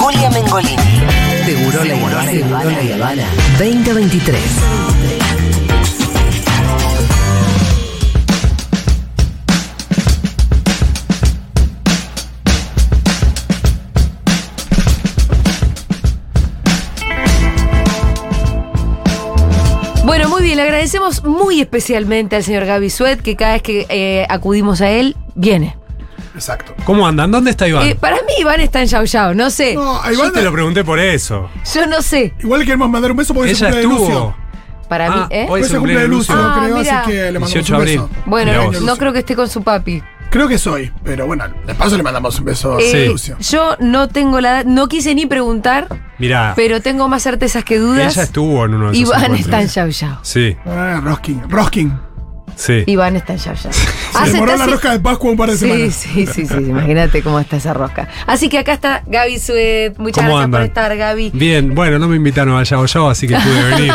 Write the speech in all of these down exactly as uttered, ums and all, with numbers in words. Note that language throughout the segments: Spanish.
Julia Mengolini. Seguro la Habana. Seguro la Habana. veinte veintitrés. Bueno, muy bien, le agradecemos muy especialmente al señor Gaby Suet, que cada vez que eh, acudimos a él, viene. Exacto. ¿Cómo andan? ¿Dónde está Iván? Eh, para mí Iván está en Yao Yao, no sé. No, a Yo Iván te lo pregunté por eso. Yo no sé. igual le queremos mandar un beso porque es el Ella cumple de Lucio. estuvo. Para Ah, mí, ¿eh? hoy Hoy es es el el cumple de Lucio, Ah, creo, mira. así que le mandamos dieciocho un de abril. beso. Bueno, Mirá no, vos. no creo que esté con su papi. Creo que soy, pero bueno, de paso le mandamos un beso Eh, a Lucio. yo no tengo la no quise ni preguntar, Mirá, pero tengo más certezas que dudas. ella estuvo en uno de esos Iván encuentros. está en Yao Yao. Sí, Ah, Roskin. Roskin. sí. Iván está en Yao Yao. Se demoró la rosca de Pascua un par de Sí, semanas. sí, sí, sí. Imagínate cómo está esa rosca. Así que acá está Gaby Suet. Muchas ¿Cómo gracias andan? por estar, Gaby. Bien, bueno, no me invitaron a Yao Yao, así que pude venir.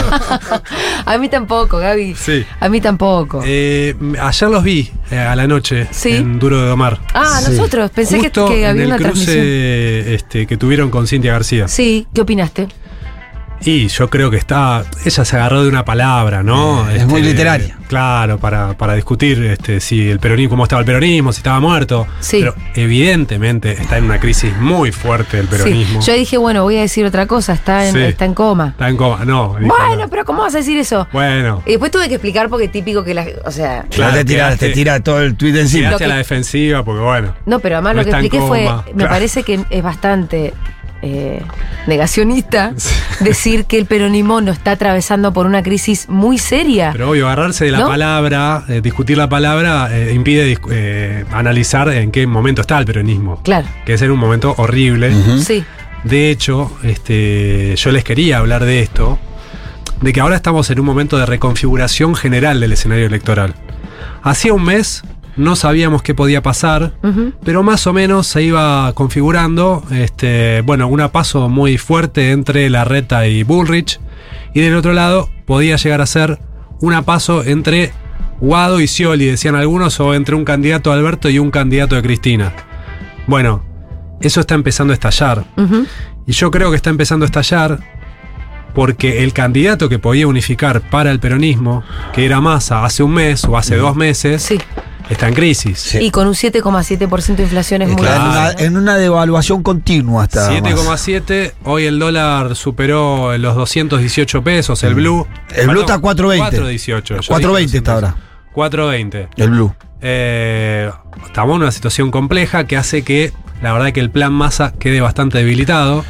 A mí tampoco, Gaby. Sí. A mí tampoco. Eh, ayer los vi eh, a la noche Sí. en Duro de Domar. ah, sí. nosotros. Pensé que, Justo que había en una el cruce transmisión. este, que tuvieron con Cintia García. Sí, ¿qué opinaste? Y yo creo que está. Ella se agarró de una palabra, ¿no? Eh, es muy literaria. Claro, para, para discutir este, si el peronismo, cómo estaba el peronismo, si estaba muerto. Sí. Pero evidentemente está en una crisis muy fuerte el peronismo. Sí. Yo dije, bueno, voy a decir otra cosa. Está en, Sí. está en coma. Está en coma. No. dije, Bueno, no. pero ¿cómo vas a decir eso? Bueno. Y después tuve que explicar porque típico que la. O sea. Claro, te, tira, quedaste- te tira todo el tuit encima. Lo Quedaste que- a la defensiva porque, bueno. No, pero además No lo que está en expliqué fue. coma. Me Claro. parece que es bastante. eh, negacionista Sí. decir que el peronismo no está atravesando por una crisis muy seria. Pero obvio, agarrarse de la ¿No? palabra, eh, discutir la palabra, eh, impide dis- eh, analizar en qué momento está el peronismo. Claro. Que es en un momento horrible. Sí. De hecho, este, yo les quería hablar de esto, de que ahora estamos en un momento de reconfiguración general del escenario electoral. Hacía un mes no sabíamos qué podía pasar, Ujú. pero más o menos se iba configurando, este, bueno, una paso muy fuerte entre Larreta y Bullrich, y del otro lado podía llegar a ser una paso entre Guado y Scioli, decían algunos, o entre un candidato de Alberto y un candidato de Cristina. Bueno, eso está empezando a estallar. Ujú. Y yo creo que está empezando a estallar porque el candidato que podía unificar para el peronismo, que era Massa hace un mes o hace dos meses, Sí. está en crisis. Sí. Y con un siete coma siete por ciento de inflación es muy Está en, alto. una, en una devaluación continua hasta siete coma siete, hoy el dólar superó los doscientos dieciocho pesos, el blue. El blue está a cuatro veinte. cuatro dieciocho. cuatro veinte está ahora. cuatro veinte. El blue. Eh, estamos en una situación compleja que hace que, la verdad, que el plan Massa quede bastante debilitado.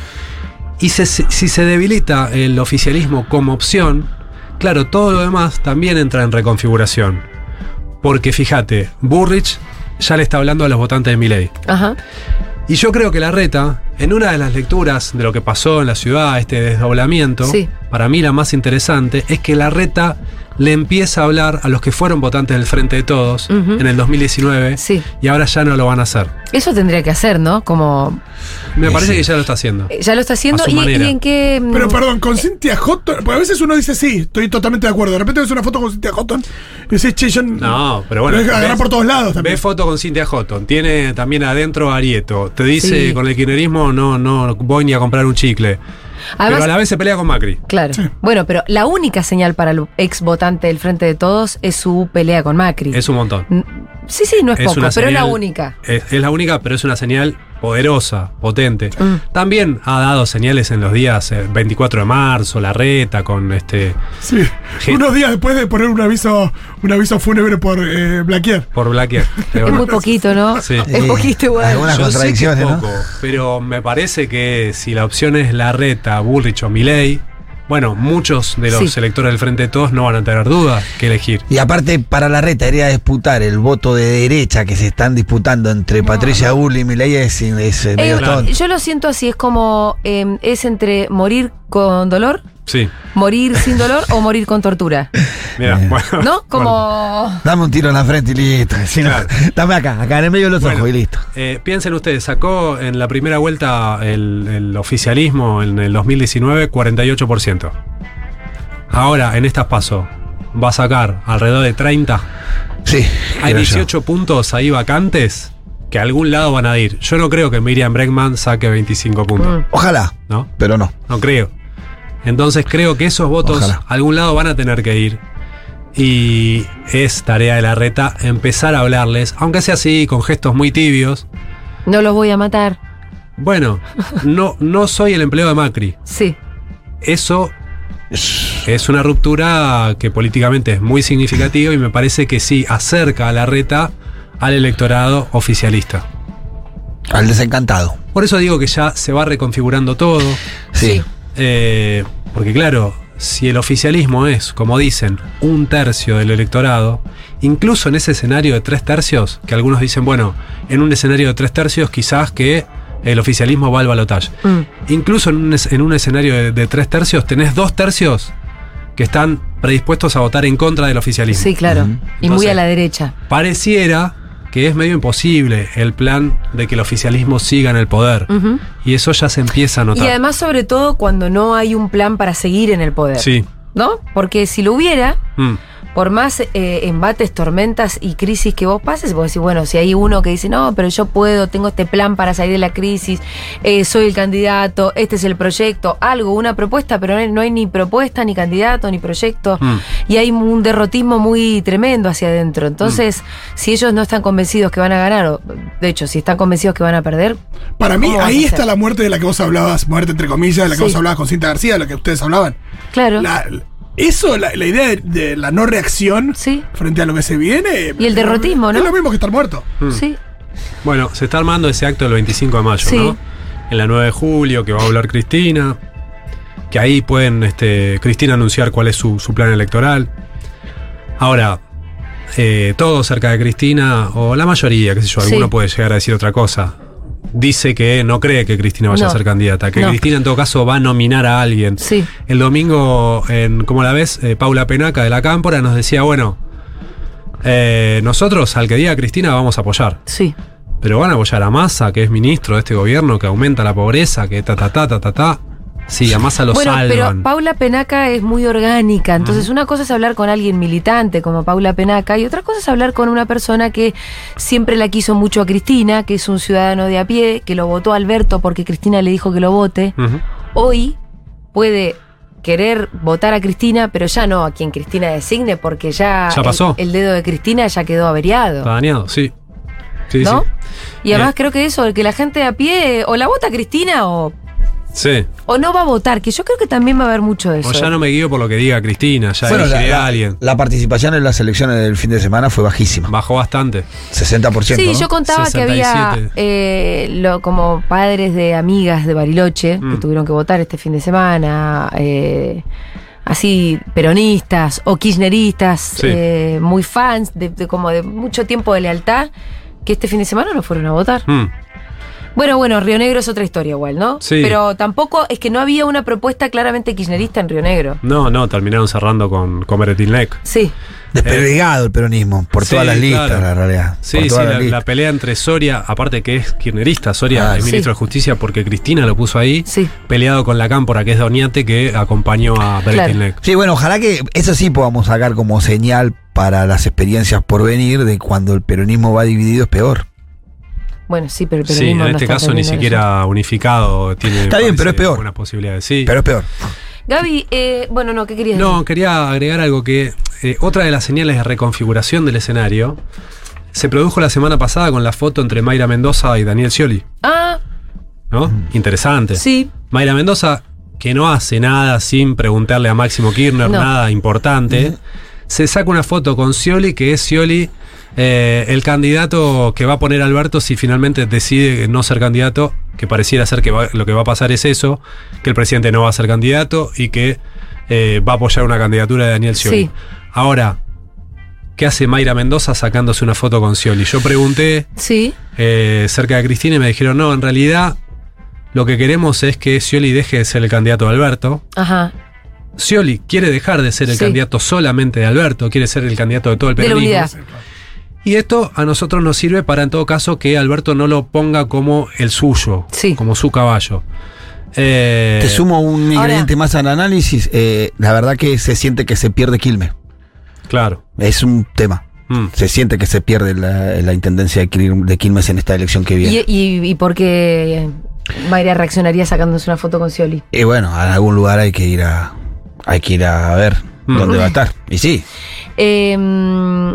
Y se- si se debilita el oficialismo como opción, claro, todo lo demás también entra en reconfiguración. Porque fíjate, Bullrich ya le está hablando a los votantes de Milei. Ajá. Y yo creo que Larreta, en una de las lecturas de lo que pasó en la ciudad, este desdoblamiento, Sí. para mí la más interesante es que Larreta le empieza a hablar a los que fueron votantes del Frente de Todos Ujú. en el dos mil diecinueve Sí. y ahora ya no lo van a hacer. Eso tendría que hacer, ¿no? Como. Me Sí, parece sí. que ya lo está haciendo. eh, Ya lo está haciendo. A su ¿Y, manera. y en qué.? mm, Pero perdón, con Cynthia Houghton, porque a veces uno dice sí, estoy totalmente de acuerdo. De repente ves una foto con Cynthia Houghton y decís, che, yo. No, pero bueno. Pero es agarrar ves- por todos lados también. Ve foto con Cynthia Houghton, tiene también adentro a Arieto. Te dice Sí. con el kirchnerismo no, no voy ni a comprar un chicle. Además- pero a la vez se pelea con Macri. Claro. Sí. Bueno, pero la única señal para el ex votante del Frente de Todos es su pelea con Macri. Es un montón. Mm, Sí, sí, no es, Es poco, una pero es la señal- única. Es, es la única, pero es una señal poderosa, potente. Mm. También ha dado señales en los días eh, veinticuatro de marzo, Larreta, con este. Sí. Gen- Unos días después de poner un aviso, un aviso fúnebre por eh, Blaquier. Por Blaquier. Es muy poquito, ¿no? Sí. Es poquito igual. Algunas Yo sé que contradicciones, es ¿no? poco, pero me parece que si la opción es Larreta, Bullrich o Milei, bueno, muchos de los Sí. electores del Frente de Todos no van a tener duda que elegir. Y aparte, para Larreta iría a disputar el voto de derecha que se están disputando entre Patricia Bullrich y Milei es, es eh, medio Eh, tonto. yo lo siento así, es como. eh, es entre morir con dolor, Sí. morir sin dolor o morir con tortura. Mira, Bien. bueno. ¿No? Como. Dame un tiro en la frente y listo. Si no, Claro. dame acá, acá en el medio de los Bueno, ojos y listo. eh, piensen ustedes, sacó en la primera vuelta el, el oficialismo en el dos mil diecinueve cuarenta y ocho por ciento. Ahora, en estas pasos, va a sacar alrededor de treinta. Sí. Hay creo yo. dieciocho puntos ahí vacantes que a algún lado van a ir. Yo no creo que Miriam Bregman saque veinticinco puntos. Mm. Ojalá, ¿No? pero no. No creo. Entonces creo que esos votos Ojalá. a algún lado van a tener que ir. Y es tarea de Larreta empezar a hablarles, aunque sea así, con gestos muy tibios. No los voy a matar. Bueno, no, no soy el empleado de Macri. Sí. Eso es una ruptura que políticamente es muy significativa y me parece que sí acerca a Larreta al electorado oficialista. Al desencantado. Por eso digo que ya se va reconfigurando todo. Sí. Sí. Eh, porque claro, si el oficialismo es, como dicen, un tercio del electorado, incluso en ese escenario de tres tercios, que algunos dicen, bueno, en un escenario de tres tercios quizás que el oficialismo va al balotaje. Mm. Incluso en un, es- en un escenario de, de tres tercios tenés dos tercios que están predispuestos a votar en contra del oficialismo. Sí, claro. Ujú. Y muy Entonces, a la derecha. Pareciera que es medio imposible el plan de que el oficialismo siga en el poder. Ujú. Y eso ya se empieza a notar. Y además, sobre todo, cuando no hay un plan para seguir en el poder. Sí. ¿No? Porque si lo hubiera, Mm. por más eh, embates, tormentas y crisis que vos pases, vos decís, bueno, si hay uno que dice, no, pero yo puedo, tengo este plan para salir de la crisis, eh, soy el candidato, este es el proyecto, algo, una propuesta, pero no hay, no hay ni propuesta, ni candidato, ni proyecto, Mm. y hay un derrotismo muy tremendo hacia adentro. Entonces, si ellos no están convencidos que van a ganar, o de hecho, si están convencidos que van a perder, Para mí, ¿Cómo vas ahí a está hacer? la muerte de la que vos hablabas, muerte entre comillas, de la que Sí. vos hablabas con Cinta García, de la que ustedes hablaban. claro. La- eso, la, la idea de, de la no reacción Sí. frente a lo que se viene. Y el derrotismo, ¿no? Es lo mismo que estar muerto. Mm. Sí. Bueno, se está armando ese acto el veinticinco de mayo, Sí. ¿no? En la nueve de julio, que va a hablar Cristina. Que ahí pueden, este, Cristina anunciar cuál es su, su plan electoral. Ahora, eh, todo cerca de Cristina, o la mayoría, qué sé yo, alguno Sí. puede llegar a decir otra cosa. Dice que no cree que Cristina vaya No. a ser candidata, que No. Cristina en todo caso va a nominar a alguien. Sí. El domingo, en ¿cómo la ves? Eh, Paula Penaca de la Cámpora nos decía, bueno, eh, nosotros al que diga Cristina vamos a apoyar. Sí. Pero van a apoyar a Massa, que es ministro de este gobierno, que aumenta la pobreza, que ta ta ta ta ta ta. Sí, a Massa lo Bueno, salvan. pero Paula Penaca es muy orgánica, entonces una cosa es hablar con alguien militante como Paula Penaca y otra cosa es hablar con una persona que siempre la quiso mucho a Cristina, que es un ciudadano de a pie, que lo votó a Alberto porque Cristina le dijo que lo vote. Ujú. Hoy puede querer votar a Cristina, pero ya no a quien Cristina designe porque ya, Ya pasó. El, el dedo de Cristina ya quedó averiado. Está dañado, sí. Sí, ¿No? sí. Y además Eh. creo que eso, que la gente de a pie o la vota a Cristina o, Sí. o no va a votar, que yo creo que también va a haber mucho de eso. O ya no me guío por lo que diga Cristina, ya Bueno, la, elegiré la- a alguien. la participación en las elecciones del fin de semana fue bajísima. Bajó bastante. sesenta por ciento. Sí, ¿no? yo contaba que sesenta y había siete. eh, lo, como padres de amigas de Bariloche que Mm. tuvieron que votar este fin de semana, eh, así peronistas o kirchneristas, Sí. eh, muy fans de, de como de mucho tiempo de lealtad, que este fin de semana no fueron a votar. Mm. Bueno, bueno, Río Negro es otra historia igual, ¿no? Sí. Pero tampoco es que no había una propuesta claramente kirchnerista en Río Negro. No, no, terminaron cerrando con, con Meretilnec. Sí, Desperdigado el peronismo, por Sí, todas las listas, claro. la realidad. Sí, por sí, todas la, las la listas. pelea entre Soria, aparte que es kirchnerista, Soria Ah, es sí. ministro de Justicia porque Cristina lo puso ahí, sí. peleado con la Cámpora, que es Doñate, que acompañó a Meretilnec. Sí, bueno, ojalá que eso sí podamos sacar como señal para las experiencias por venir de cuando el peronismo va dividido es peor. Bueno, sí, pero el Sí, peronismo en no este está caso ni teniendo siquiera unificado tiene. Está bien, parece, pero es peor. Buenas posibilidades, sí. Pero es peor. Gaby, eh, bueno, no, ¿qué querías No, decir? quería agregar algo que eh, otra de las señales de reconfiguración del escenario se produjo la semana pasada con la foto entre Mayra Mendoza y Daniel Scioli, Ah, ¿no? Interesante. sí, Mayra Mendoza, que no hace nada sin preguntarle a Máximo Kirchner, No. nada importante, se saca una foto con Scioli, que es Scioli eh, el candidato que va a poner Alberto si finalmente decide no ser candidato, que pareciera ser que va- lo que va a pasar es eso, que el presidente no va a ser candidato y que eh, va a apoyar una candidatura de Daniel Scioli. Sí. Ahora, ¿qué hace Mayra Mendoza sacándose una foto con Scioli? Yo pregunté sí, eh, cerca de Cristina y me dijeron, no, en realidad lo que queremos es que Scioli deje de ser el candidato de Alberto. ajá. Scioli quiere dejar de ser el Sí. candidato solamente de Alberto, quiere ser el candidato de todo el De la peronismo. unidad. Y esto a nosotros nos sirve para, en todo caso, que Alberto no lo ponga como el suyo, Sí. como su caballo. Eh, Te sumo un ahora- ingrediente más al análisis. eh, la verdad que se siente que se pierde Quilmes. Claro. Es un tema. Mm. Se siente que se pierde la, la intendencia de, Quil- de Quilmes en esta elección que viene. ¿Y, y, y por qué Mayra reaccionaría sacándose una foto con Scioli? Y bueno, a algún lugar hay que ir a hay que ir a ver Mm. dónde va a estar. Y sí, Eh,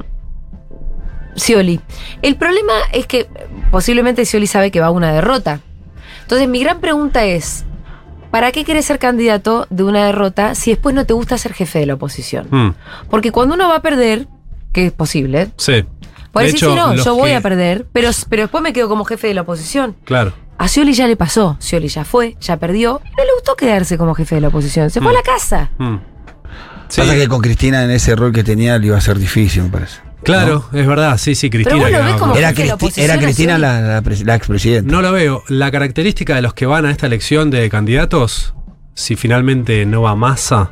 Scioli. El problema es que posiblemente Scioli sabe que va a una derrota. Entonces mi gran pregunta es, ¿para qué querés ser candidato de una derrota si después no te gusta ser jefe de la oposición? Mm. Porque cuando uno va a perder, que es posible, Sí. puede De decir, sí, hecho, no, los yo voy que- a perder, pero, pero después me quedo como jefe de la oposición. Claro. A Scioli ya le pasó, Scioli ya fue, ya perdió, y no le gustó quedarse como jefe de la oposición, se fue Mm. a la casa. Mm. Sí. pasa que con Cristina en ese rol que tenía le iba a ser difícil, me parece. Claro, es verdad, sí, sí, Cristina. vos lo que ves no- como- Era, jefe de la Cristi- oposición era a Cristina Scioli. la, la, pres- la expresidenta. No lo veo. La característica de los que van a esta elección de candidatos, si finalmente no va Massa,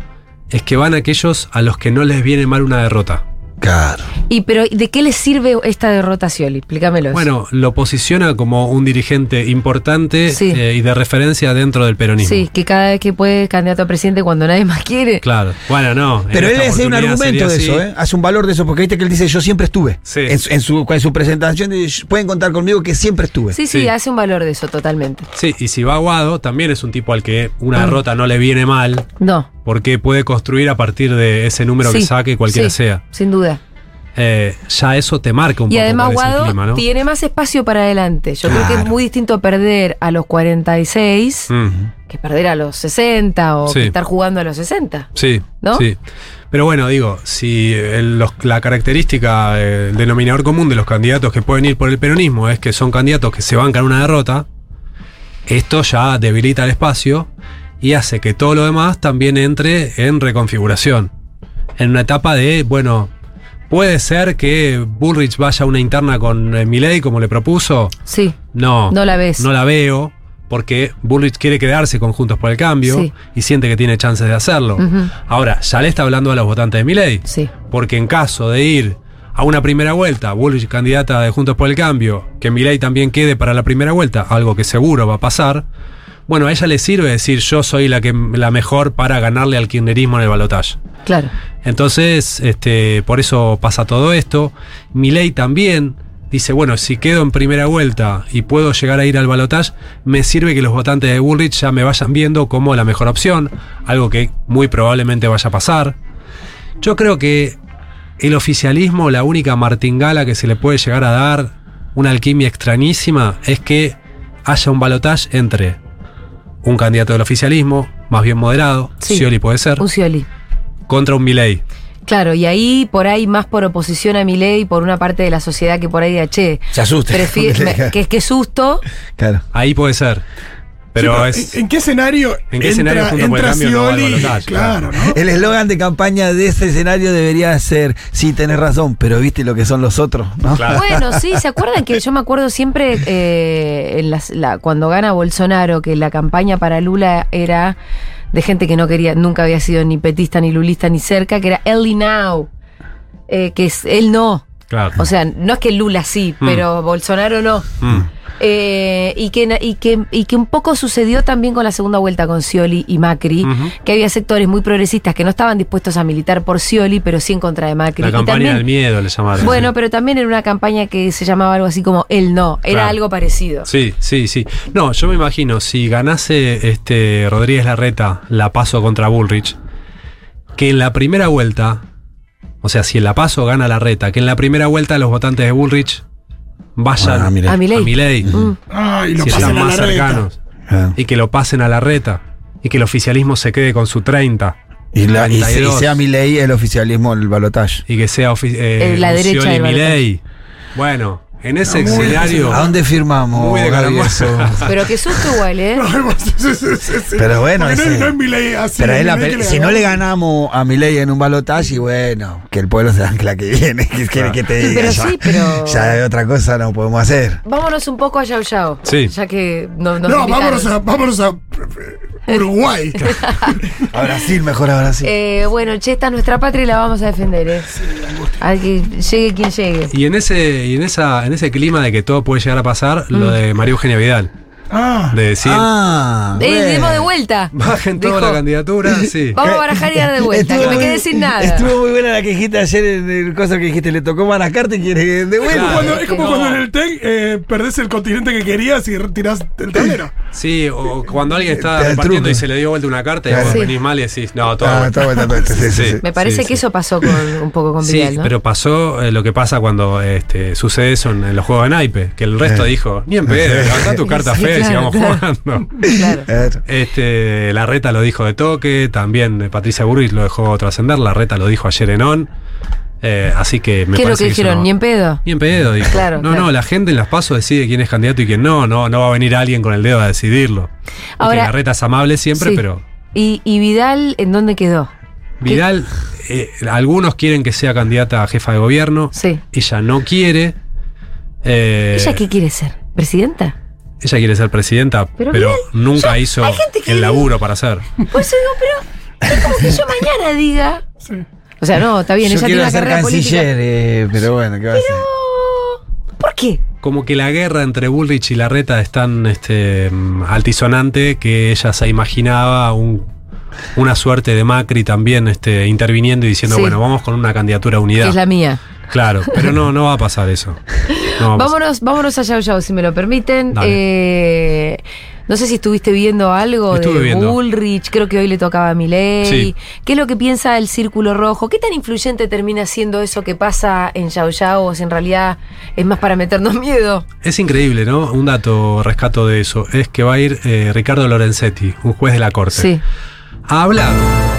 es que van aquellos a los que no les viene mal una derrota. Claro. Y pero ¿de qué le sirve esta derrota a Scioli? Explícamelo. eso. Bueno, lo posiciona como un dirigente importante Sí. eh, y de referencia dentro del peronismo. Sí, que cada vez que puede es candidato a presidente cuando nadie más quiere. Claro. Bueno, no. en Pero él esta hace un oportunidad argumento de sería eso, así. ¿eh? Hace un valor de eso, porque viste que él dice, yo siempre estuve. Sí. En, su, en, su, en su presentación dice, pueden contar conmigo que siempre estuve. Sí, sí, Sí. hace un valor de eso totalmente. Sí, y si va Aguado, también es un tipo al que una Mm. derrota no le viene mal, No. porque puede construir a partir de ese número Sí, que saque, cualquiera sí, sea. Sin duda. Eh, ya eso te marca un Y poco además cuál es el Guado clima, ¿no? tiene más espacio para adelante. Yo creo que es Claro. muy distinto perder a los cuarenta y seis Mm. que perder a los sesenta o Sí. que estar jugando a los sesenta. Sí, ¿No? sí. Pero bueno, digo, si el- los- la característica, eh, el denominador común de los candidatos que pueden ir por el peronismo es que son candidatos que se bancan una derrota, esto ya debilita el espacio y hace que todo lo demás también entre en reconfiguración. En una etapa de, bueno, puede ser que Bullrich vaya a una interna con eh, Milei como le propuso. Sí. No, No la ves. No la veo, porque Bullrich quiere quedarse con Juntos por el Cambio Sí. y siente que tiene chances de hacerlo. Ujú. Ahora, ya le está hablando a los votantes de Milei, Sí. porque en caso de ir a una primera vuelta, Bullrich candidata de Juntos por el Cambio, que Milei también quede para la primera vuelta, algo que seguro va a pasar, bueno, a ella le sirve decir yo soy la, que, la mejor para ganarle al kirchnerismo en el balotaje. Claro. Entonces, este, por eso pasa todo esto. Milei también dice, bueno, si quedo en primera vuelta y puedo llegar a ir al balotaje, me sirve que los votantes de Bullrich ya me vayan viendo como la mejor opción, algo que muy probablemente vaya a pasar. Yo creo que el oficialismo, la única martingala que se le puede llegar a dar, una alquimia extrañísima, es que haya un balotaje entre un candidato del oficialismo, más bien moderado, Sí. Scioli puede ser, Un Scioli. contra un Milei. Claro, y ahí por ahí más por oposición a Milei, por una parte de la sociedad que por ahí de che. Se asusta. prefiere- me- que, que susto. Claro. Ahí puede ser. Pero Sí, pero es. ¿en, en qué escenario ¿En qué entra, escenario Juntos por el entra Cambio no va al Scioli? balotaje? Claro, ¿no? El eslogan de campaña de ese escenario debería ser, sí, tenés razón, pero viste lo que son los otros, ¿no? Claro. Bueno, sí, ¿se acuerdan que yo me acuerdo siempre eh, en las- la- cuando gana Bolsonaro que la campaña para Lula era de gente que no quería, nunca había sido ni petista, ni lulista, ni cerca, que era Ellie Now, eh, que es él no. Claro. O sea, no es que Lula sí, Mm. pero Bolsonaro no. Mm. Eh, y, que, na- y, que, y que un poco sucedió también con la segunda vuelta con Scioli y Macri, Ujú. que había sectores muy progresistas que no estaban dispuestos a militar por Scioli, pero sí en contra de Macri. La Y campaña también- del miedo le llamaron. bueno, sí. pero también era una campaña que se llamaba algo así como El No, era Claro. algo parecido. Sí, sí, sí. No, yo me imagino, si ganase este Rodríguez Larreta la paso contra Bullrich, que en la primera vuelta, o sea, si en la paso gana Larreta, que en la primera vuelta los votantes de Bullrich vayan Ah, Milei. A Milei. a Milei, Mm. Ah, y lo si pasan están a más la reta. cercanos, Ah. y que lo pasen a Larreta, y que el oficialismo se quede con su treinta. Y, la, y, treinta y se- y dos. sea Milei el oficialismo, el balotaje. Y que sea ofi- eh, Eh, la un derecha Scioli del balotaje. Milei. Bueno, en ese No, muy escenario. ¿A dónde firmamos? Muy de Gaby, carambola. eso? Pero qué susto igual, ¿eh? No, sí, sí, sí, sí. Pero bueno, Porque no, ese- no es Milei así. Pero es es la Milei pe- que si ganó. no le ganamos a Milei en un balotaje, y bueno, que el pueblo se ancla que viene, que quiere que te diga. Pero ya, sí, pero- ya de otra cosa no podemos hacer. Vámonos un poco a Yao Yao. Sí. Ya que no, nos No, invitaron. vámonos a, vámonos a eh, Uruguay. A Brasil, mejor a Brasil. Eh, bueno, che, esta es nuestra patria y la vamos a defender, ¿eh? Al que llegue quien llegue. Y en ese, y en esa, en ese clima de que todo puede llegar a pasar, lo de María Eugenia Vidal. Ah, De decir. ah, Eh, bueno. demos de vuelta vuelta. Bajen toda Dijo, la candidatura, sí. Vamos a barajar y dar de vuelta, que Estuvo me muy- quedé sin nada. Estuvo muy buena la que dijiste ayer en el cosa que dijiste, le tocó malas cartas y quiere de Es como vuelta. cuando, es como No. cuando en el T E C eh, perdés el continente que querías y tirás el tablero. Sí, o cuando alguien está Te da el repartiendo truco. y se le dio vuelta una carta y Claro. vos Sí. venís mal y decís, no, todo. Ah, bueno. está bueno, está bueno, sí, sí, Sí. sí. Me parece Sí, que sí. eso pasó con, un poco con Sí, Vidal, ¿no? pero pasó eh, lo que pasa cuando este, sucede eso en, en los juegos de naipe, que el resto Eh. dijo, ni en pedo, levantá tu carta Sí, fea y claro, sigamos claro. jugando. Claro. Claro. Este, la Reta lo dijo de toque, también eh, Patricia Burrich lo dejó trascender, la Reta lo dijo ayer en On. Eh, así que me ¿Qué es lo parece que dijeron? eso no- ¿Ni en pedo? Ni en pedo, dijo. Claro, no, claro. no, la gente en las pasos decide quién es candidato y quién no, no, no va a venir alguien con el dedo a decidirlo. Porque Ahora- la Reta es amable siempre, Sí. pero ¿Y, y Vidal en dónde quedó? Vidal, eh, algunos quieren que sea candidata a jefa de gobierno, Sí. ella no quiere. eh, ¿Ella qué quiere ser? ¿Presidenta? ella quiere ser presidenta, Pero pero, Vidal, nunca yo- hizo hay gente que el dice- laburo para hacer. Por eso digo, pero es como que yo mañana diga. Sí. O sea, no, está bien, Yo ella tiene quiero una ser carrera política. canciller, eh, pero bueno, ¿qué va a hacer? Pero, ¿por qué? Como que la guerra entre Bullrich y Larreta es tan este, mm, altisonante que ella se imaginaba un- una suerte de Macri también este, interviniendo y diciendo, Sí. bueno, vamos con una candidatura a Que unidad. es la mía. Claro, pero no, no va a pasar eso. No va a pasar. Vámonos, vámonos a Yao Yao, si me lo permiten. Dale. Eh, no sé si estuviste viendo algo Estuve de viendo. Bullrich, creo que hoy le tocaba a Milei. Sí. ¿Qué es lo que piensa el Círculo Rojo? ¿Qué tan influyente termina siendo eso que pasa en Yao Yao? O si en realidad es más para meternos miedo. Es increíble, ¿no? Un dato rescato de eso es que va a ir eh, Ricardo Lorenzetti, un juez de la corte, Sí. a hablar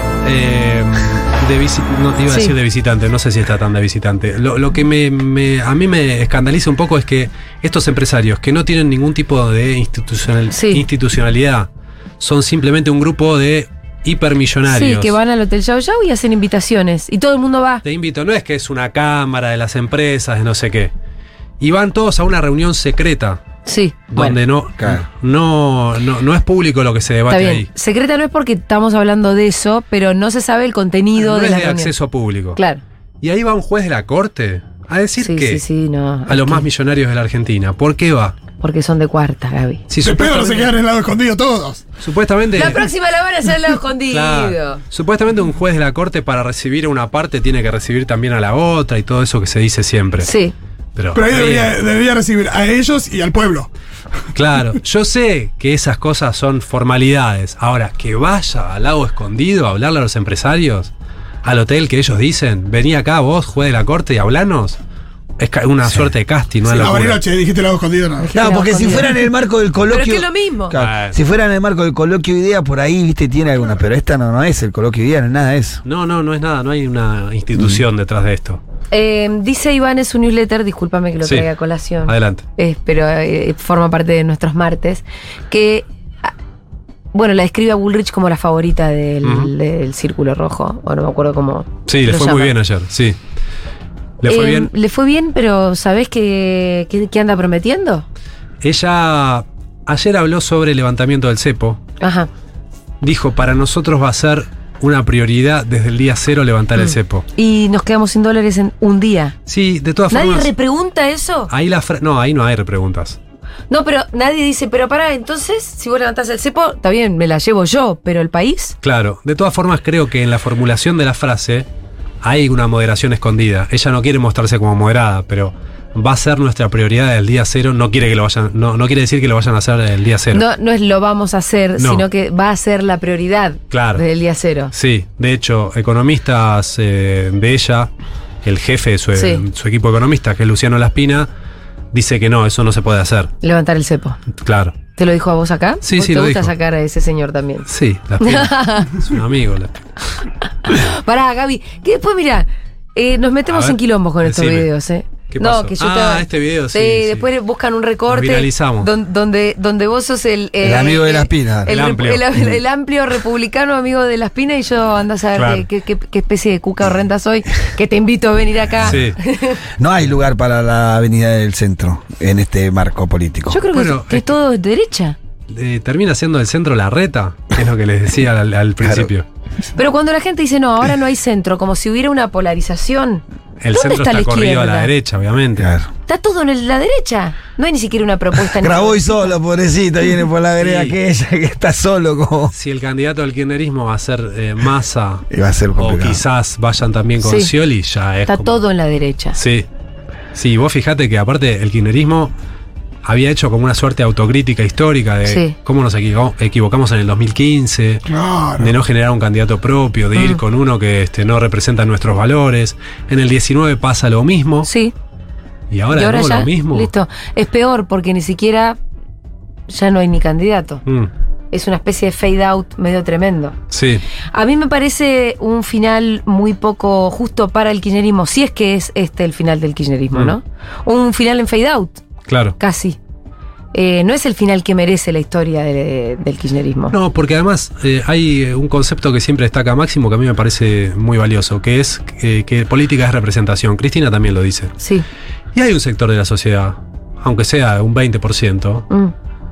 eh, de visi- no te iba a Sí. decir de visitante, no sé si está tan de visitante. Lo, lo que me, me- a mí me escandaliza un poco es que estos empresarios que no tienen ningún tipo de institucional- Sí. institucionalidad son simplemente un grupo de hipermillonarios. Sí, que van al Hotel Yao Yao y hacen invitaciones. Y todo el mundo va. Te invito, no es que es una cámara de las empresas, de no sé qué. Y van todos a una reunión secreta. Sí. Donde Bueno, no, claro. no, no, no es público lo que se está debate bien. ahí. Secreta no es porque estamos hablando de eso, pero no se sabe el contenido No de es la de reunión. acceso público. Claro. Y ahí va un juez de la corte a decir Sí, que sí, sí, no. a los es más que- millonarios de la Argentina. ¿Por qué va? Porque son de cuarta, Gaby. Si De pedo no se supuestamente, quedan en el lado escondido todos. supuestamente, La próxima la van a hacer al lado escondido. claro, supuestamente un juez de la corte para recibir a una parte tiene que recibir también a la otra y todo eso que se dice siempre. Sí. Pero, Pero ahí ahí- debería, debería recibir a ellos y al pueblo. Claro, yo sé que esas cosas son formalidades. Ahora, que vaya al lago escondido a hablarle a los empresarios, al hotel que ellos dicen, vení acá vos, juez de la corte, y hablanos. Es ca- una suerte de casting, no es Sí, a locura. Bariloche, dijiste el lado escondido, no. No, porque si fuera en el marco del coloquio. Pero es que es lo mismo. Claro, Bueno. si fuera en el marco del coloquio idea, por ahí, viste, tiene alguna. Pero esta no, no es el coloquio idea, no es nada de eso. No, no, no es nada, no hay una institución Mm. detrás de esto. Eh, dice Iván en su newsletter, discúlpame que lo Sí. traiga a colación. Adelante. Eh, pero eh, forma parte de nuestros martes. Que. ah, Bueno, la describe a Bullrich como la favorita del, Ujú. del Círculo Rojo. O no me acuerdo cómo. Sí, le lo fue muy llaman. bien ayer, sí. Le fue Eh, bien. Le fue bien, pero ¿sabés qué, qué, qué anda prometiendo? Ella ayer habló sobre el levantamiento del cepo. Ajá. Dijo, para nosotros va a ser una prioridad desde el día cero levantar el Mm. cepo. Y nos quedamos sin dólares en un día. Sí, de todas ¿Nadie formas. repregunta eso? Ahí la fra- no, ahí no hay repreguntas. No, pero nadie dice, pero pará, entonces, si vos levantás el cepo, está bien, me la llevo yo, pero el país. Claro, de todas formas creo que en la formulación de la frase hay una moderación escondida. Ella no quiere mostrarse como moderada, pero va a ser nuestra prioridad del día cero. No quiere que lo vayan, no, no quiere decir que lo vayan a hacer el día cero. No, no es lo vamos a hacer, No. sino que va a ser la prioridad Claro. del día cero. Sí, de hecho, economistas eh, de ella, el jefe de su, Sí. su equipo de economistas, que es Luciano Laspina, dice que no, eso no se puede hacer. Levantar el cepo. Claro. ¿Te lo dijo a vos acá? Sí, ¿Vos sí, te lo gusta dijo. sacar a ese señor también? Sí, Laspina. Es un amigo. Laspina. Pará, Gaby, que después, mira, eh, nos metemos A ver, en quilombos con estos decime. videos, ¿eh? ¿Qué no, pasó? que yo Ah, te- este video, sí, Sí, sí. después buscan un recorte. Nos viralizamos. don- donde, donde vos sos el. eh, El amigo de eh, Laspina. El, El rep- amplio. El, el- el amplio republicano amigo de Laspina y yo andás a ver Claro. qué, qué- qué especie de cuca horrenda soy, que te invito a venir acá. Sí. No hay lugar para la avenida del centro en este marco político. Yo creo que, Bueno, que es- todo es derecha. Eh, termina siendo el centro la reta, que es lo que les decía al, al principio. Pero cuando la gente dice, no, ahora no hay centro, como si hubiera una polarización. El ¿Dónde centro está está, la corrido a la izquierda? derecha, obviamente. Claro. Está todo en la derecha. No hay ni siquiera una propuesta. Grabois solo, pobrecito, viene por la vereda Sí. aquella que está solo como. Si el candidato al kirchnerismo va a ser eh, Massa, Y va a ser o complicado. quizás vayan también con Sí. Scioli, ya es Está como- todo en la derecha. Sí. Sí, vos fijate que aparte el kirchnerismo había hecho como una suerte de autocrítica histórica de Sí. cómo nos equivo- equivocamos en el dos mil quince, Claro. de no generar un candidato propio, de ir Mm. con uno que este, no representa nuestros valores. En el diecinueve pasa lo mismo. Sí. Y ahora, y ahora de nuevo ya, lo mismo. listo. Es peor porque ni siquiera ya no hay ni candidato. Mm, Es una especie de fade out medio tremendo. sí, A mí me parece un final muy poco justo para el kirchnerismo, si es que es este el final del kirchnerismo, Mm. ¿no? Un final en fade out, claro. casi. Eh, no es el final que merece la historia de- del kirchnerismo. No, porque además eh, hay eh, un concepto que siempre destaca Máximo que a mí me parece muy valioso, que es eh, que política es representación. Cristina también lo dice. Sí. Y hay un sector de la sociedad, aunque sea un veinte por ciento, Mm.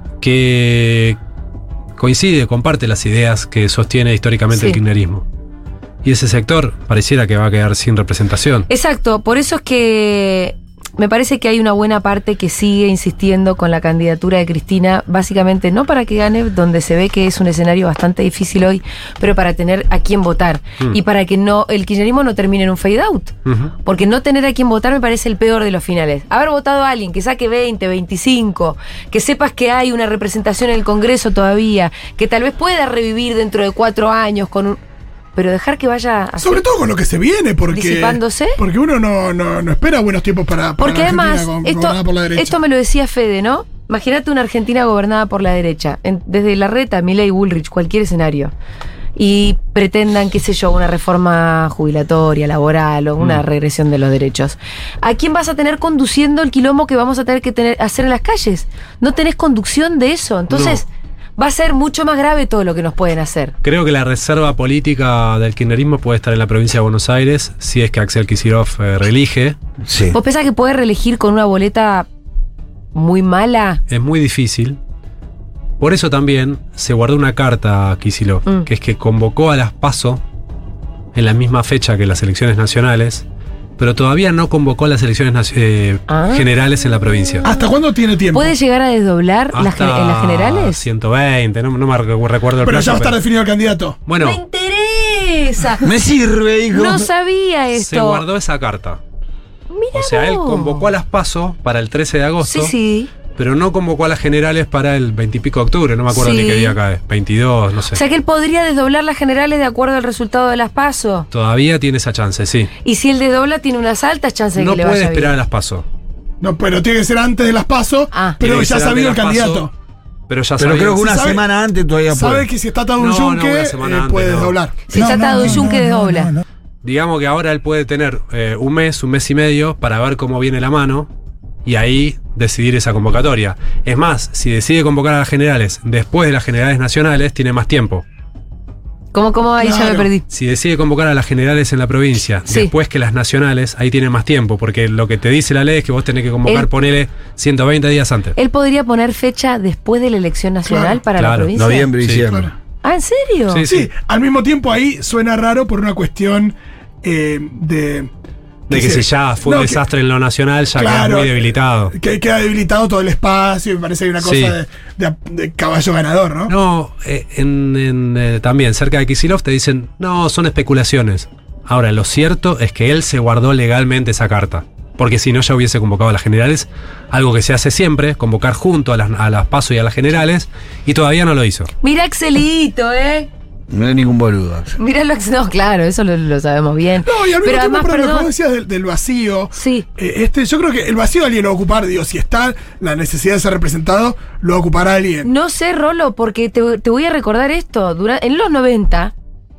que coincide, comparte las ideas que sostiene históricamente Sí. el kirchnerismo. Y ese sector pareciera que va a quedar sin representación. Exacto, por eso es que me parece que hay una buena parte que sigue insistiendo con la candidatura de Cristina, básicamente no para que gane, donde se ve que es un escenario bastante difícil hoy, pero para tener a quién votar Mm. y para que no el kirchnerismo no termine en un fade out. Ujú. Porque no tener a quién votar me parece el peor de los finales. Haber votado a alguien que saque veinte, veinticinco, que sepas que hay una representación en el Congreso todavía, que tal vez pueda revivir dentro de cuatro años con un... Pero dejar que vaya a... Sobre todo con lo que se viene, porque. Disipándose. Porque uno no, no, no espera buenos tiempos para. para Porque la Argentina además, go- esto, gobernada por la derecha. esto me lo decía Fede, ¿no? Imagínate una Argentina gobernada por la derecha, en- desde Larreta, Milei, Bullrich, cualquier escenario. Y pretendan, qué sé yo, una reforma jubilatoria, laboral o una Mm. regresión de los derechos. ¿A quién vas a tener conduciendo el quilombo que vamos a tener que tener, hacer en las calles? No tenés conducción de eso. Entonces, va a ser mucho más grave todo lo que nos pueden hacer. Creo que la reserva política del kirchnerismo puede estar en la provincia de Buenos Aires si es que Axel Kicillof eh, reelige. Sí. ¿Vos pensás que podés reelegir con una boleta muy mala? Es muy difícil. Por eso también se guardó una carta a Kicillof, Mm. que es que convocó a las PASO en la misma fecha que las elecciones nacionales, pero todavía no convocó a las elecciones naci- eh, Ah. generales en la provincia. ¿Hasta cuándo tiene tiempo? ¿Puede llegar a desdoblar las Hasta gen- en las generales? ciento veinte, no, no me recu- recuerdo el Pero plazo, ya va a estar pero- definido el candidato. Bueno, ¡Me interesa! Me sirve, hijo. No sabía esto. se guardó esa carta. Mirá O sea, él vos. convocó a las PASO para el trece de agosto, Sí, sí. pero no convocó a las generales para el veinte y pico de octubre, no me acuerdo Sí. ni qué día cae, veintidós, no sé. O sea que él podría desdoblar las generales de acuerdo al resultado de las PASO. Todavía tiene esa chance, sí. Y si él desdobla, tiene unas altas chances de No que le puede vaya esperar a bien. las PASO. No, pero tiene que ser antes de las PASO, Ah. pero Tiene que ya ser sabido el antes de las candidato. PASO, Pero ya Pero sabía- creo que una sabe- semana antes todavía Sabe puede. que si está atado un No, no, yunque, una semana eh, antes, puede no. desdoblar. Si está atado un yunque, desdobla. Digamos que ahora él puede tener eh, un mes, un mes y medio para ver cómo viene la mano y ahí decidir esa convocatoria. Es más, si decide convocar a las generales después de las generales nacionales, tiene más tiempo. ¿Cómo, cómo? Ahí ya me Claro. perdí. Si decide convocar a las generales en la provincia Sí. después que las nacionales, ahí tiene más tiempo, porque lo que te dice la ley es que vos tenés que convocar, Él- ponele ciento veinte días antes. Él podría poner fecha después de la elección nacional Claro, para la claro. provincia. Noviembre, Sí, diciembre. claro. Ah, ¿en serio? Sí, Sí, al mismo tiempo ahí suena raro por una cuestión eh, de. De que se- si ya fue no, un que- desastre en lo nacional, ya Claro, queda muy debilitado. Que queda debilitado todo el espacio, y me parece que hay una cosa Sí. de, de- de caballo ganador, ¿no? No, eh, en, en, eh, también cerca de Kicillof te dicen, no, son especulaciones. Ahora, lo cierto es que él se guardó legalmente esa carta. Porque si no, ya hubiese convocado a las generales, algo que se hace siempre, convocar junto a las, a las PASO y a las generales, y todavía no lo hizo. Mira Axelito, ¿eh? No hay ningún boludo. Mira lo que... No, claro, eso lo, lo sabemos bien. No, y al mismo Pero tiempo, además, perdón, lo que perdón... vos decías del, del vacío. Sí. eh, este, yo creo que el vacío alguien lo va a ocupar, digo, si está la necesidad de ser representado, lo va a ocupar alguien. No sé, Rolo, porque te, te voy a recordar esto. Dura- en los noventa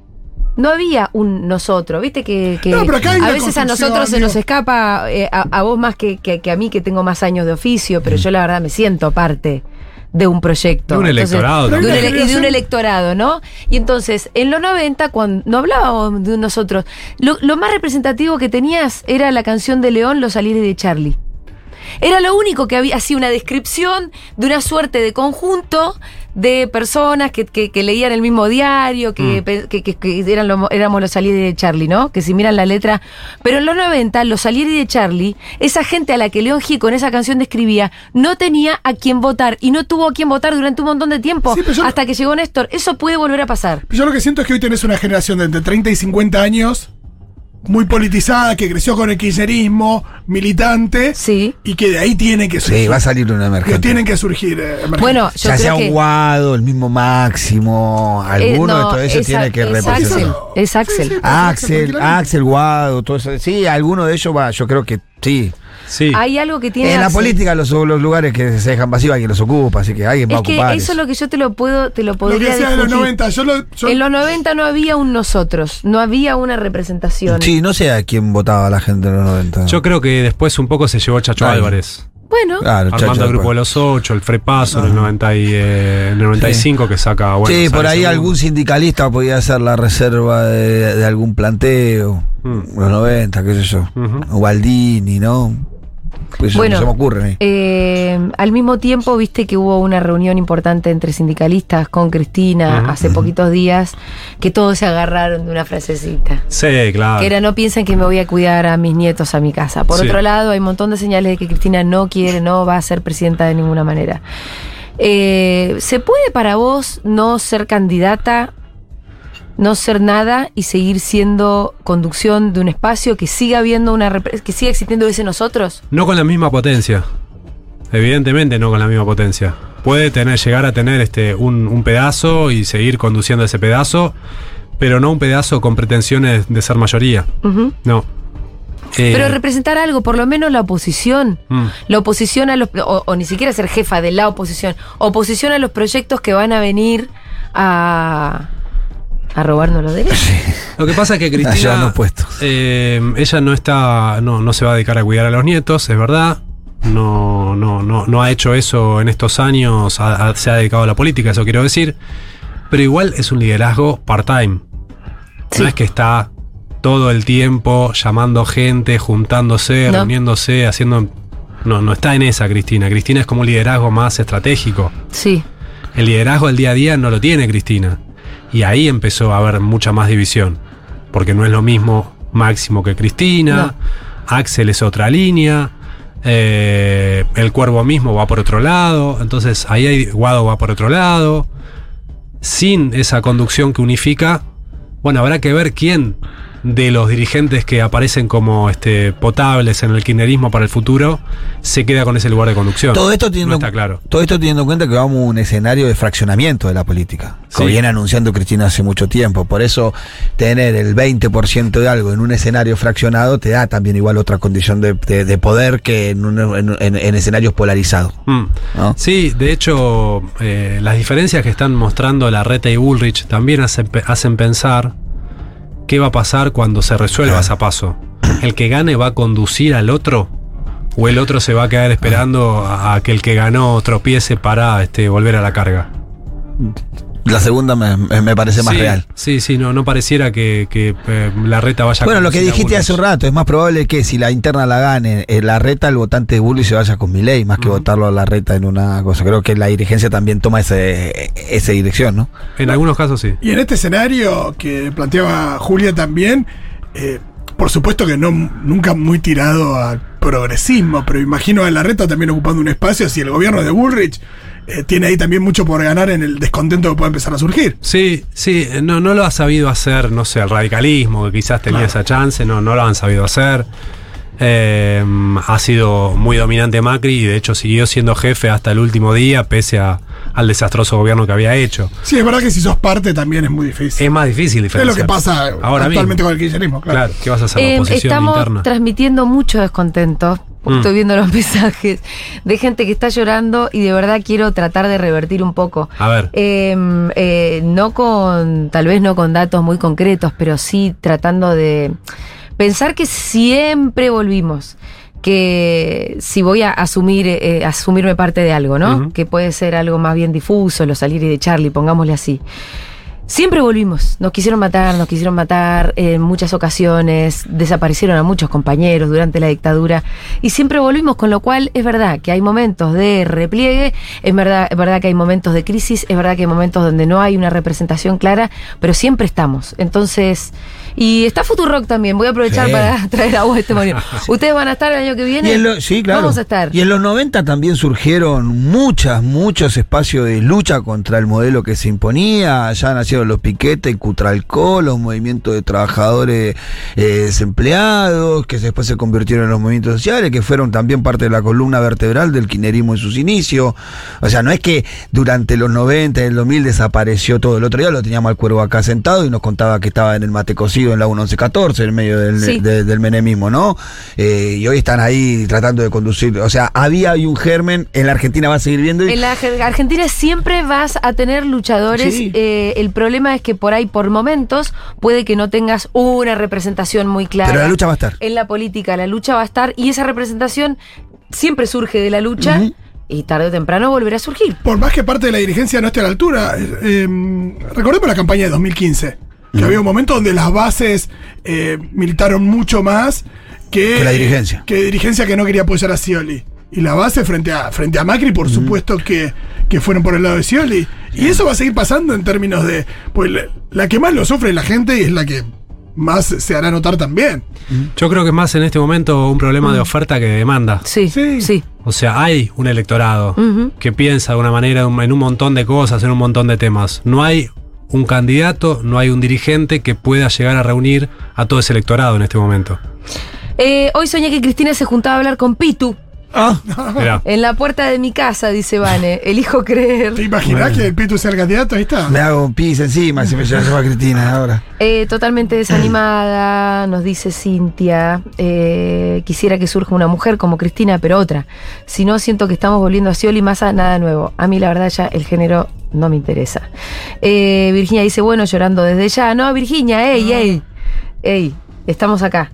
no había un nosotros, ¿viste? Que, que No, pero acá hay a una veces a construcción, nosotros se digo. nos escapa, eh, a, a vos más que, que- que a mí que tengo más años de oficio, pero yo la verdad me siento parte de un proyecto. De un electorado de un, también. ele- y de un electorado, ¿no? Y entonces, en los noventa, cuando no hablábamos de nosotros, lo, lo más representativo que tenías era la canción de León, Los Alires de Charlie. Era lo único que había, así una descripción de una suerte de conjunto de personas que, que, que leían el mismo diario, que, mm. que, que, que eran lo, éramos los Salieri de Charlie, ¿no? Que si miran la letra. Pero en los noventa, los Salieri de Charlie, esa gente a la que León Gieco en esa canción describía, no tenía a quién votar y no tuvo a quién votar durante un montón de tiempo, sí, yo, hasta que llegó Néstor. Eso puede volver a pasar. Yo lo que siento es que hoy tenés una generación de entre treinta y cincuenta años muy politizada, que creció con el kirchnerismo, militante, sí. y que de ahí tiene que surgir. Sí, va a salir una emergencia. Que tienen que surgir eh, bueno, yo ya creo sea un que Guado, el mismo Máximo, alguno eh, no, de todo eso es, tiene que es representar. Axel, es Axel. Sí, sí, Axel, Axel, Guado, todo eso. Sí, alguno de ellos va, yo creo que sí. Sí. Hay algo que tiene En la Axel. política los, los lugares que se dejan vacíos alguien los ocupa, así que alguien va Es a que ocupar. eso es lo que yo te lo puedo, te lo Lo podría que decía de los discutir. noventa, yo lo. Yo, En los noventa no había un nosotros, no había una representación. Sí, no sé a quién votaba la gente en los noventa. Yo creo que después un poco se llevó Chacho Ay. Álvarez. Bueno, Claro, Armando Chacho, el grupo de pues. los ocho, el Frepaso en el noventa y, eh, en el noventa y cinco que saca bueno. Sí, sale por ahí segundo. algún sindicalista podía hacer la reserva de, de algún planteo. Mm. Los noventa, qué sé yo. Ujú. O Baldini, ¿no? Pues eso bueno, no se me ocurre. ¿eh? eh, al mismo tiempo, viste que hubo una reunión importante entre sindicalistas con Cristina Ujú, hace ujú. poquitos días, que todos se agarraron de una frasecita. Sí, claro. Que era, no piensen que me voy a cuidar a mis nietos a mi casa. Por Sí. otro lado, hay un montón de señales de que Cristina no quiere, no va a ser presidenta de ninguna manera. Eh, ¿Se puede para vos no ser candidata, no ser nada y seguir siendo conducción de un espacio, que siga habiendo una repre- que siga existiendo ese nosotros? No con la misma potencia. Evidentemente no con la misma potencia. Puede tener, llegar a tener este un, un pedazo y seguir conduciendo ese pedazo, pero no un pedazo con pretensiones de ser mayoría. Ujú. No. Eh, Pero representar algo, por lo menos la oposición. mm. La oposición a los. O, o ni siquiera ser jefa de la oposición. Oposición a los proyectos que van a venir a. a robarnos los derechos. Lo que pasa es que Allá Cristina, no puestos. eh, ella no está, no, no se va a dedicar a cuidar a los nietos, es verdad. No, no, no, no ha hecho eso en estos años, ha- ha- se ha dedicado a la política, eso quiero decir. Pero igual es un liderazgo part-time. Sí. No es que está todo el tiempo llamando gente, juntándose, No. reuniéndose, haciendo. No, no está en esa Cristina. Cristina es como un liderazgo más estratégico. Sí. El liderazgo del día a día no lo tiene Cristina. Y ahí empezó a haber mucha más división. Porque no es lo mismo Máximo que Cristina. No. Axel es otra línea. eh, el Cuervo mismo va por otro lado. Entonces ahí hay, Guado va por otro lado. Sin esa conducción que unifica, bueno, habrá que ver quién de los dirigentes que aparecen como este, potables en el kirchnerismo para el futuro se queda con ese lugar de conducción. Todo esto teniendo, no está claro. todo esto teniendo en cuenta que vamos a un escenario de fraccionamiento de la política, que Sí. viene anunciando Cristina hace mucho tiempo. Por eso tener el veinte por ciento de algo en un escenario fraccionado te da también igual otra condición de, de- de poder que en, un- en- en- en escenarios polarizados. Mm. ¿No? Sí, de hecho, eh, las diferencias que están mostrando Larreta y Bullrich también hacen, pe- hacen pensar qué va a pasar cuando se resuelva Claro. ese paso. ¿El que gane va a conducir al otro? ¿O el otro se va a quedar esperando a, a que el que ganó tropiece para este, volver a la carga? La segunda me, me- me parece más sí, real. Sí, sí, no, no pareciera que, que eh, Larreta vaya a Bueno, lo que conducir a dijiste Bullrich. hace un rato, es más probable que si la interna la gane eh, Larreta, el votante de Bullrich se vaya con Milei, más que Ujú. votarlo a Larreta en una cosa. Creo que la dirigencia también toma ese, esa dirección, ¿no? En algunos casos sí. Y en este escenario que planteaba Julia también, eh, por supuesto que no nunca muy tirado al progresismo, pero imagino a Larreta también ocupando un espacio si el gobierno de Bullrich eh, tiene ahí también mucho por ganar en el descontento que puede empezar a surgir. Sí, sí, no, no lo ha sabido hacer, no sé, el radicalismo, que quizás tenía Claro. esa chance, no, no lo han sabido hacer. Eh, ha sido muy dominante Macri y de hecho siguió siendo jefe hasta el último día, pese a, al desastroso gobierno que había hecho. Sí, es verdad que si sos parte también es muy difícil. Es más difícil Es diferenciar. lo que pasa ahora actualmente mismo. con el kirchnerismo, claro. Claro, ¿qué vas a hacer? La Eh, oposición estamos interna. transmitiendo mucho descontento. Mm. Estoy viendo los mensajes de gente que está llorando y de verdad quiero tratar de revertir un poco. A ver. Eh, eh, no con, tal vez no con datos muy concretos, pero sí tratando de pensar que siempre volvimos. Que si voy a asumir, eh, asumirme parte de algo, ¿no? Ujú. Que puede ser algo más bien difuso, los Salieri de Charlie, pongámosle así. Siempre volvimos, nos quisieron matar, nos quisieron matar en muchas ocasiones, desaparecieron a muchos compañeros durante la dictadura y siempre volvimos, con lo cual es verdad que hay momentos de repliegue, es verdad, es verdad que hay momentos de crisis, es verdad que hay momentos donde no hay una representación clara, pero siempre estamos. Entonces, y está Futurock también, voy a aprovechar Sí. para traer a vos este momento. ¿Ustedes van a estar el año que viene? Y en lo- sí, claro. Vamos a estar. Y en los noventa también surgieron muchas, muchos espacios de lucha contra el modelo que se imponía. Ya nacieron los piquetes, Cutralcó, los movimientos de trabajadores eh, desempleados, que después se convirtieron en los movimientos sociales, que fueron también parte de la columna vertebral del kirchnerismo en sus inicios. O sea, no es que durante los noventa y el dos mil desapareció todo. El otro día lo teníamos al Cuervo acá sentado y nos contaba que estaba en el mate cocido en la once catorce, en medio del, Sí. de- del menemismo, ¿no? Eh, y hoy están ahí tratando de conducir. O sea, había hay un germen, en la Argentina va a seguir viendo. Y, En la Arge- Argentina siempre vas a tener luchadores. Sí. Eh, el problema es que por ahí, por momentos, puede que no tengas una representación muy clara. pero la lucha va a estar. En la política, la lucha va a estar y esa representación siempre surge de la lucha Ujú. y tarde o temprano volverá a surgir. Por más que parte de la dirigencia no esté a la altura, eh, eh, recordemos la campaña de dos mil quince, que había un momento donde las bases eh, militaron mucho más que, Que la dirigencia. que dirigencia que no quería apoyar a Scioli. Y la base frente a, frente a Macri, por supuesto que, que fueron por el lado de Scioli. Y eso va a seguir pasando en términos de. Pues la, la que más lo sufre es la gente y es la que más se hará notar también. Yo creo que es más en este momento un problema de oferta que de demanda. Sí, sí. Sí. O sea, hay un electorado Ujú. que piensa de una manera en un montón de cosas, en un montón de temas. No hay un candidato, no hay un dirigente que pueda llegar a reunir a todo ese electorado en este momento. Eh, hoy soñé que Cristina se juntaba a hablar con Pitu Ah, Mirá. en la puerta de mi casa, dice Vane. Elijo creer. ¿Te imaginas que el Pitu sea el candidato? Ahí está. me hago un pis encima si me lleva a Cristina ahora. Eh, totalmente desanimada, nos dice Cintia. Eh, quisiera que surja una mujer como Cristina, pero otra. Si no, siento que estamos volviendo a Scioli, Massa, nada nuevo. A mí, la verdad, ya el género no me interesa. Eh, Virginia dice, bueno, llorando desde ya. No, Virginia, ey, ey. Ey, estamos acá.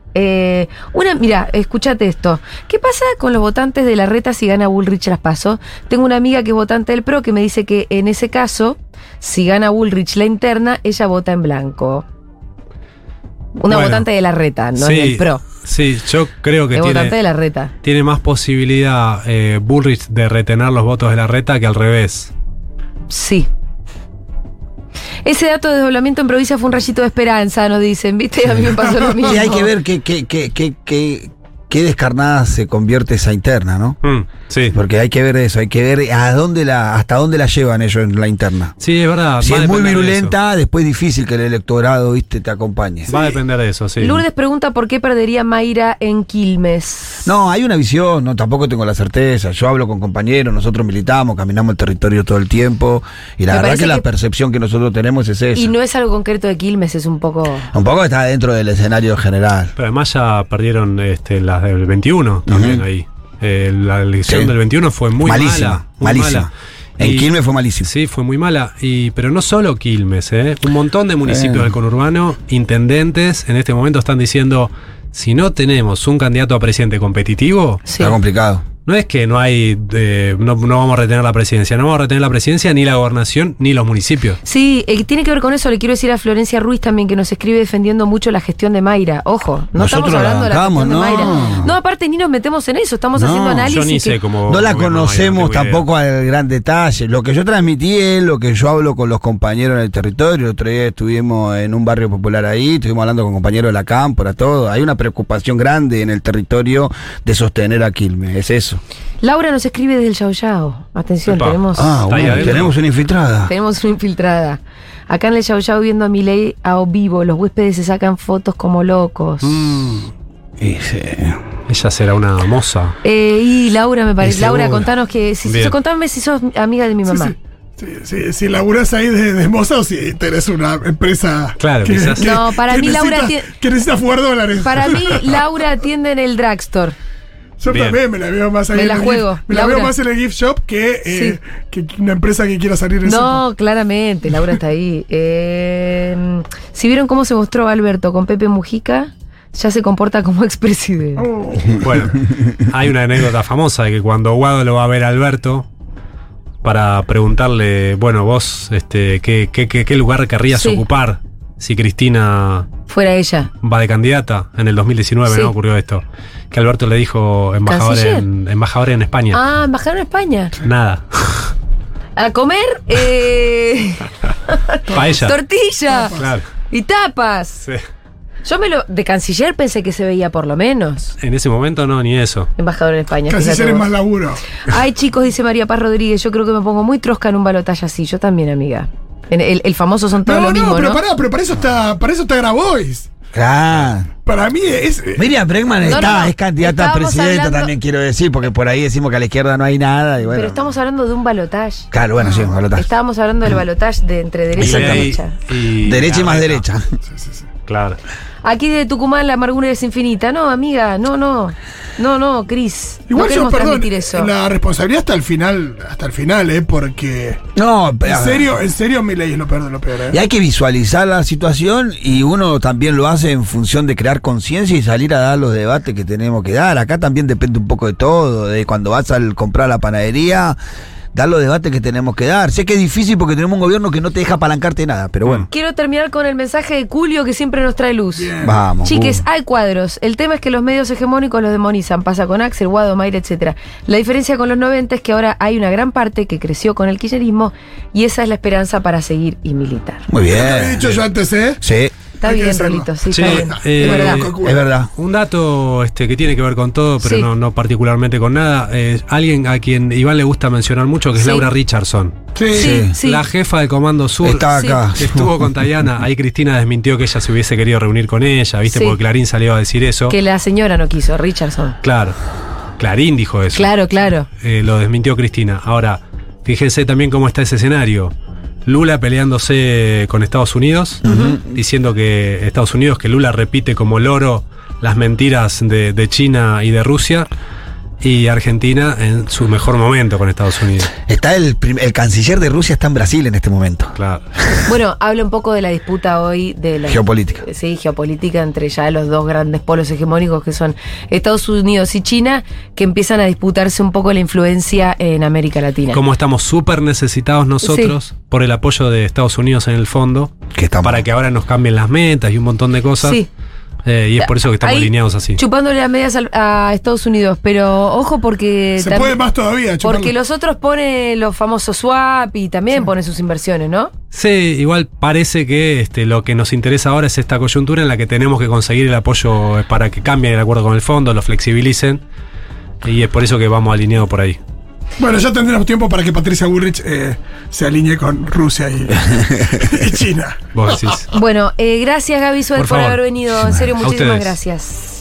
Eh, una, mira, escúchate esto. ¿Qué pasa con los votantes de la reta si gana Bullrich las PASO? Tengo una amiga que es votante del PRO que me dice que en ese caso, si gana Bullrich la interna, ella vota en blanco. Una Bueno, votante de la reta, no sí, del PRO. Sí, yo creo que Es votante de tiene, la reta. tiene más posibilidad eh, Bullrich de retener los votos de la reta que al revés. Sí. Ese dato de desdoblamiento en provincia fue un rayito de esperanza, nos dicen, ¿viste? A mí me pasó lo mismo. Y hay que ver qué, qué, qué, qué, qué, qué descarnada se convierte esa interna, ¿no? Mm, sí. Porque hay que ver eso, hay que ver a dónde la, hasta dónde la llevan ellos en la interna. Sí, es verdad. Si va a es muy depender de virulenta, después es difícil que el electorado, viste, te acompañe. eso. Va a depender de eso, sí. Lourdes pregunta por qué perdería Mayra en Quilmes. No, hay una visión, no, tampoco tengo la certeza. Yo hablo con compañeros, nosotros militamos, caminamos el territorio todo el tiempo. Y la Me verdad parece que la que- percepción que nosotros tenemos es esa. Y no es algo concreto de Quilmes, es un poco... Un poco está dentro del escenario general. Pero además ya perdieron este, las del veintiuno también Ujú. ahí. Eh, la elección Sí. del veintiuno fue muy Malísima, mala. Muy malísima. mala. En Y- Quilmes fue malísimo. Sí, fue muy mala. Y, pero no solo Quilmes, ¿eh? Un montón de municipios Eh. del conurbano, intendentes, en este momento están diciendo, si no tenemos un candidato a presidente competitivo, Sí. Está complicado. no es que no hay, eh, no, no vamos a retener la presidencia, no vamos a retener la presidencia, ni la gobernación, ni los municipios. Sí, eh, tiene que ver con eso. Le quiero decir a Florencia Ruiz también, que nos escribe defendiendo mucho la gestión de Mayra. Ojo, no Nosotros estamos la hablando de la bancamos, gestión de no. Mayra. No, aparte ni nos metemos en eso, estamos No, haciendo análisis. Yo ni que- sé cómo... No la gobierna conocemos Mayra, no tengo tampoco al gran detalle. Lo que yo transmití es lo que yo hablo con los compañeros en el territorio. El otro día estuvimos en un barrio popular ahí, estuvimos hablando con compañeros de la cámpora, todo. Hay una preocupación grande en el territorio de sostener a Quilmes, es eso. Laura nos escribe desde el Yao Yao. Atención, Epa. tenemos, Ah, Está ahí bueno, adentro. tenemos una infiltrada. tenemos una infiltrada. Acá en el Yao Yao viendo a Milei a vivo, los huéspedes se sacan fotos como locos. Mm, y sí. Ella será una moza. Eh, y Laura me parece. Y Laura, seguro. contanos que. Si, Bien. si- contame si sos amiga de mi Sí, mamá. sí. Sí, sí, si laburás ahí de, de moza o si tenés una empresa. Claro, quizás. No, para mí Laura necesita- tiene- Que necesita jugar dólares. Para mí, Laura atiende en el drugstore. Yo Bien. también me la veo más ahí. Me en la el juego, gift- me la Laura. veo más en el gift shop que, eh, que una empresa que quiera salir en No, claramente, Laura está ahí. Eh, si vieron cómo se mostró Alberto con Pepe Mujica, ya se comporta como expresidente. Oh, Bueno, hay una anécdota famosa de que cuando Guado lo va a ver a Alberto, para preguntarle, bueno, vos, este, ¿qué, qué, qué, qué lugar querrías Sí. ocupar si Cristina Fuera ella. va de candidata? En el dos mil diecinueve, Sí. ¿no? Ocurrió esto. Que Alberto le dijo embajador ¿Canciller? en, embajador en España. Ah, embajador en España. Nada. A comer eh, Paella. tortilla Claro. y tapas. Sí. Yo me lo. De canciller pensé que se veía por lo menos. En ese momento no, ni eso. Embajador en España. Casi fíjate ser vos. más laburo. Ay, chicos, dice María Paz Rodríguez, yo creo que me pongo muy trosca en un balotaje así. Yo también, amiga. En El, el famoso son todos No, lo no, mismo, pero ¿no? pará, pero para eso está, para eso está Grabois. Claro. Para mí es. Miriam Bregman No, no, está, no. es candidata a Estábamos presidenta hablando- también, quiero decir, porque por ahí decimos que a la izquierda no hay nada. Y bueno. Pero estamos hablando de un balotaje. Claro, bueno, sí, balotaje. Estábamos hablando del balotaje de entre derecha y Exactamente. derecha. Y- Derecha y más Larreta. derecha. Claro. Aquí de Tucumán la amargura es infinita. No, amiga, no, no. No, no, Cris. No Igual yo, queremos perdón, transmitir eso. la responsabilidad hasta el final, hasta el final, ¿eh? Porque. No, pero. En serio, en serio, mi ley es lo peor de lo peor, Y ¿eh? hay que visualizar la situación y uno también lo hace en función de crear conciencia y salir a dar los debates que tenemos que dar. Acá también depende un poco de todo, de cuando vas a comprar la panadería, dar los debates que tenemos que dar. Sé que es difícil porque tenemos un gobierno que no te deja apalancarte nada, pero bueno, Quiero terminar con el mensaje de Julio que siempre nos trae luz. Bien. vamos. Chiques, uh. hay cuadros. El tema es que los medios hegemónicos los demonizan. Pasa con Axel, Guado, Mayra, etcétera. La diferencia con los noventa es que ahora hay una gran parte que creció con el kirchnerismo y esa es la esperanza para seguir y militar. Muy Lo he bien. dicho yo antes, ¿eh? Sí, Está Hay que bien, hacerlo. Rolito, sí, Sí, está bien. eh, es verdad. es verdad. Un dato este, que tiene que ver con todo, pero Sí. no, no particularmente con nada. Eh, alguien a quien Iván le gusta mencionar mucho, que es Sí. Laura Richardson. Sí. Sí, sí. La jefa del Comando Sur. Está Sí. acá. que estuvo con Tayana. Ahí Cristina desmintió que ella se hubiese querido reunir con ella, ¿viste? Sí. Porque Clarín salió a decir eso. Que la señora no quiso, Richardson. Claro. Clarín dijo eso. Claro, claro. Eh, lo desmintió Cristina. Ahora, fíjense también cómo está ese escenario. Lula peleándose con Estados Unidos, diciendo que Estados Unidos, que Lula repite como loro las mentiras de, de China y de Rusia, y Argentina en su mejor momento con Estados Unidos. Está el, prim- el canciller de Rusia está en Brasil en este momento. Claro. Bueno, habla un poco de la disputa hoy de la Geopolítica. Sí, geopolítica entre ya los dos grandes polos hegemónicos que son Estados Unidos y China, que empiezan a disputarse un poco la influencia en América Latina. Como estamos súper necesitados nosotros por el apoyo de Estados Unidos en el fondo, Que estamos- para que ahora nos cambien las metas y un montón de cosas. Sí. Eh, y es por eso que estamos Ahí, alineados así. Chupándole las medias al- a Estados Unidos, pero ojo porque... Se tam- puede más todavía, chuparlo. Porque los otros ponen los famosos swap y también ponen sus inversiones, ¿no? Sí, igual parece que este, lo que nos interesa ahora es esta coyuntura en la que tenemos que conseguir el apoyo para que cambien el acuerdo con el fondo, lo flexibilicen. Y es por eso que vamos alineados por ahí. Bueno, ya tendremos tiempo para que Patricia Bullrich eh, se alinee con Rusia y, y China. Vos decís. Bueno, eh, gracias Gaby Suárez Por por, favor. haber venido. En serio, A muchísimas ustedes. gracias.